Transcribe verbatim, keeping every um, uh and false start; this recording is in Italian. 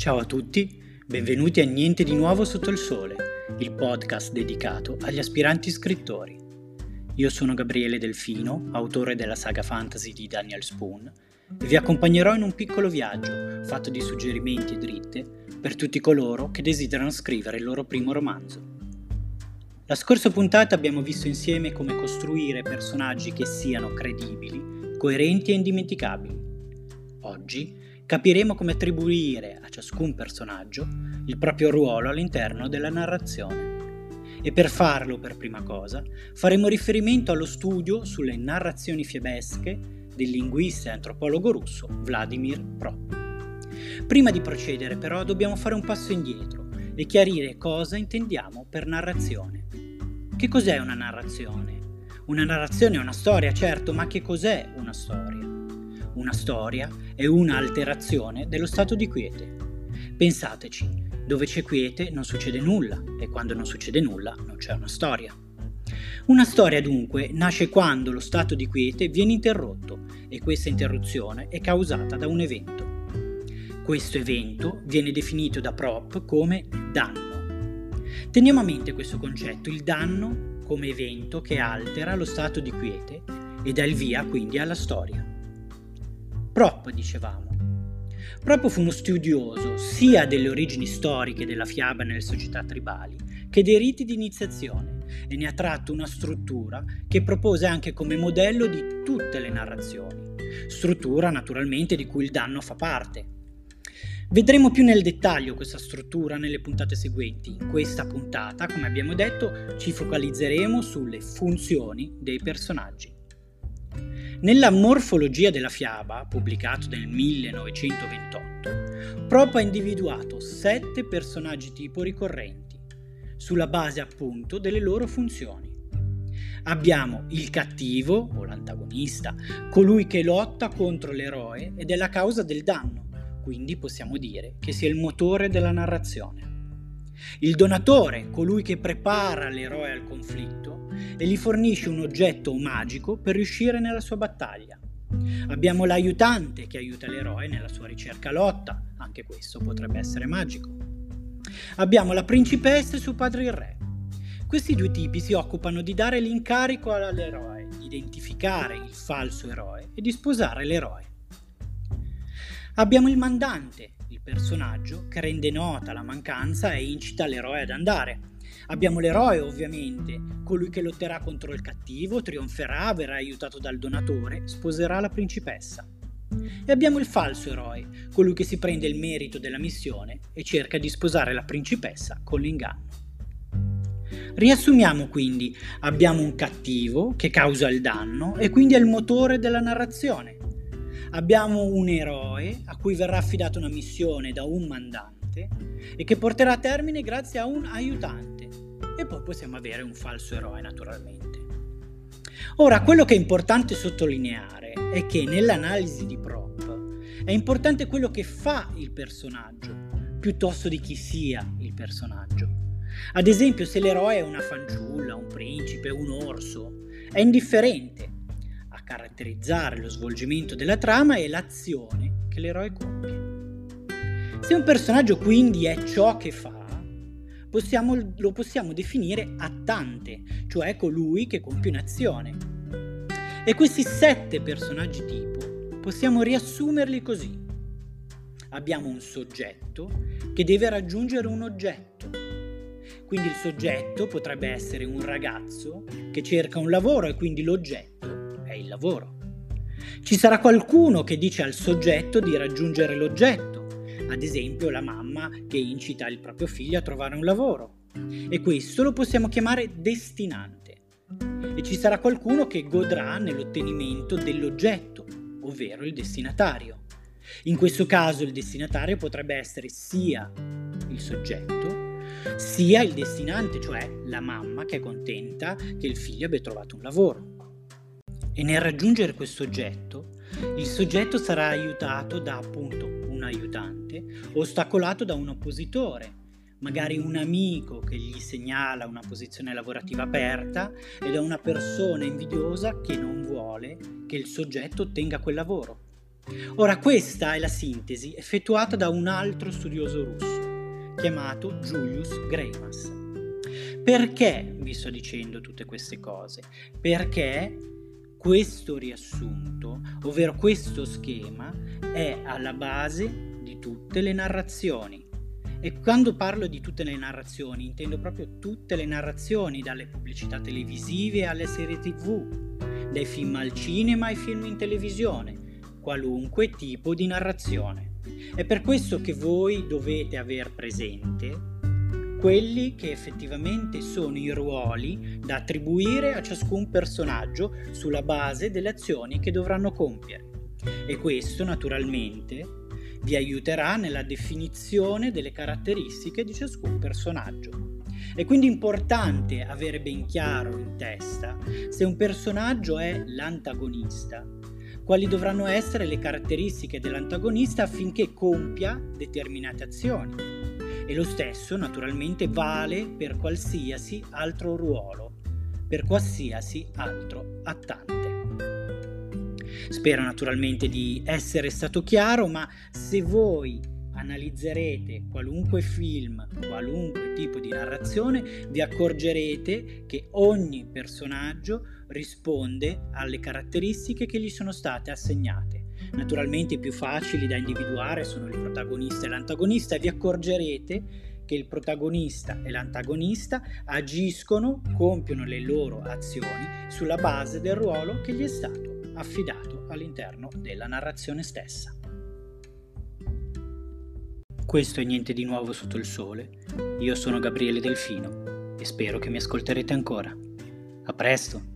Ciao a tutti, benvenuti a Niente di nuovo sotto il sole, il podcast dedicato agli aspiranti scrittori. Io sono Gabriele Delfino, autore della saga fantasy di Daniel Spoon, e vi accompagnerò in un piccolo viaggio fatto di suggerimenti e dritte per tutti coloro che desiderano scrivere il loro primo romanzo. La scorsa puntata abbiamo visto insieme come costruire personaggi che siano credibili, coerenti e indimenticabili. Oggi capiremo come attribuire a ciascun personaggio il proprio ruolo all'interno della narrazione. E per farlo, per prima cosa, faremo riferimento allo studio sulle narrazioni fiabesche del linguista e antropologo russo Vladimir Propp. Prima di procedere, però, dobbiamo fare un passo indietro e chiarire cosa intendiamo per narrazione. Che cos'è una narrazione? Una narrazione è una storia, certo, ma che cos'è una storia? Una storia è una alterazione dello stato di quiete. Pensateci, dove c'è quiete non succede nulla e quando non succede nulla non c'è una storia. Una storia dunque nasce quando lo stato di quiete viene interrotto e questa interruzione è causata da un evento. Questo evento viene definito da Propp come danno. Teniamo a mente questo concetto, il danno come evento che altera lo stato di quiete e dà il via quindi alla storia. Propp, dicevamo. Propp fu uno studioso sia delle origini storiche della fiaba nelle società tribali che dei riti di iniziazione e ne ha tratto una struttura che propose anche come modello di tutte le narrazioni, struttura naturalmente di cui il danno fa parte. Vedremo più nel dettaglio questa struttura nelle puntate seguenti. In questa puntata, come abbiamo detto, ci focalizzeremo sulle funzioni dei personaggi. Nella Morfologia della fiaba, pubblicato nel millenovecentoventotto, Propp ha individuato sette personaggi tipo ricorrenti, sulla base appunto delle loro funzioni. Abbiamo il cattivo, o l'antagonista, colui che lotta contro l'eroe ed è la causa del danno, quindi possiamo dire che sia il motore della narrazione. Il donatore, colui che prepara l'eroe al conflitto e gli fornisce un oggetto magico per riuscire nella sua battaglia. Abbiamo l'aiutante che aiuta l'eroe nella sua ricerca lotta, anche questo potrebbe essere magico. Abbiamo la principessa e suo padre il re. Questi due tipi si occupano di dare l'incarico all'eroe, di identificare il falso eroe e di sposare l'eroe. Abbiamo il mandante, il personaggio che rende nota la mancanza e incita l'eroe ad andare. Abbiamo l'eroe, ovviamente, colui che lotterà contro il cattivo, trionferà, verrà aiutato dal donatore, sposerà la principessa. E abbiamo il falso eroe, colui che si prende il merito della missione e cerca di sposare la principessa con l'inganno. Riassumiamo quindi, abbiamo un cattivo che causa il danno e quindi è il motore della narrazione. Abbiamo un eroe a cui verrà affidata una missione da un mandante e che porterà a termine grazie a un aiutante. E poi possiamo avere un falso eroe, naturalmente. Ora, quello che è importante sottolineare è che nell'analisi di Propp è importante quello che fa il personaggio, piuttosto di chi sia il personaggio. Ad esempio, se l'eroe è una fanciulla, un principe, un orso, è indifferente. A caratterizzare lo svolgimento della trama è l'azione che l'eroe compie. Se un personaggio quindi è ciò che fa, possiamo, lo possiamo definire attante, cioè colui che compie un'azione. E questi sette personaggi tipo possiamo riassumerli così. Abbiamo un soggetto che deve raggiungere un oggetto. Quindi il soggetto potrebbe essere un ragazzo che cerca un lavoro e quindi l'oggetto è il lavoro. Ci sarà qualcuno che dice al soggetto di raggiungere l'oggetto, ad esempio la mamma che incita il proprio figlio a trovare un lavoro, e questo lo possiamo chiamare destinante. E ci sarà qualcuno che godrà nell'ottenimento dell'oggetto, ovvero il destinatario. In questo caso il destinatario potrebbe essere sia il soggetto sia il destinante, cioè la mamma che è contenta che il figlio abbia trovato un lavoro. E nel raggiungere questo oggetto, il soggetto sarà aiutato da appunto un aiutante, ostacolato da un oppositore, magari un amico che gli segnala una posizione lavorativa aperta e da una persona invidiosa che non vuole che il soggetto ottenga quel lavoro. Ora, questa è la sintesi effettuata da un altro studioso russo, chiamato Julius Greimas. Perché vi sto dicendo tutte queste cose? Perché questo riassunto, ovvero questo schema, è alla base di tutte le narrazioni. E quando parlo di tutte le narrazioni, intendo proprio tutte le narrazioni, dalle pubblicità televisive alle serie tivù, dai film al cinema ai film in televisione, qualunque tipo di narrazione. È per questo che voi dovete aver presente quelli che effettivamente sono i ruoli da attribuire a ciascun personaggio sulla base delle azioni che dovranno compiere. E questo naturalmente vi aiuterà nella definizione delle caratteristiche di ciascun personaggio. È quindi importante avere ben chiaro in testa se un personaggio è l'antagonista, quali dovranno essere le caratteristiche dell'antagonista affinché compia determinate azioni. E lo stesso naturalmente vale per qualsiasi altro ruolo, per qualsiasi altro attante. Spero naturalmente di essere stato chiaro, ma se voi analizzerete qualunque film, qualunque tipo di narrazione, vi accorgerete che ogni personaggio risponde alle caratteristiche che gli sono state assegnate. Naturalmente i più facili da individuare sono il protagonista e l'antagonista, e vi accorgerete che il protagonista e l'antagonista agiscono, compiono le loro azioni sulla base del ruolo che gli è stato affidato all'interno della narrazione stessa. Questo è Niente di nuovo sotto il sole. Io sono Gabriele Delfino e spero che mi ascolterete ancora. A presto!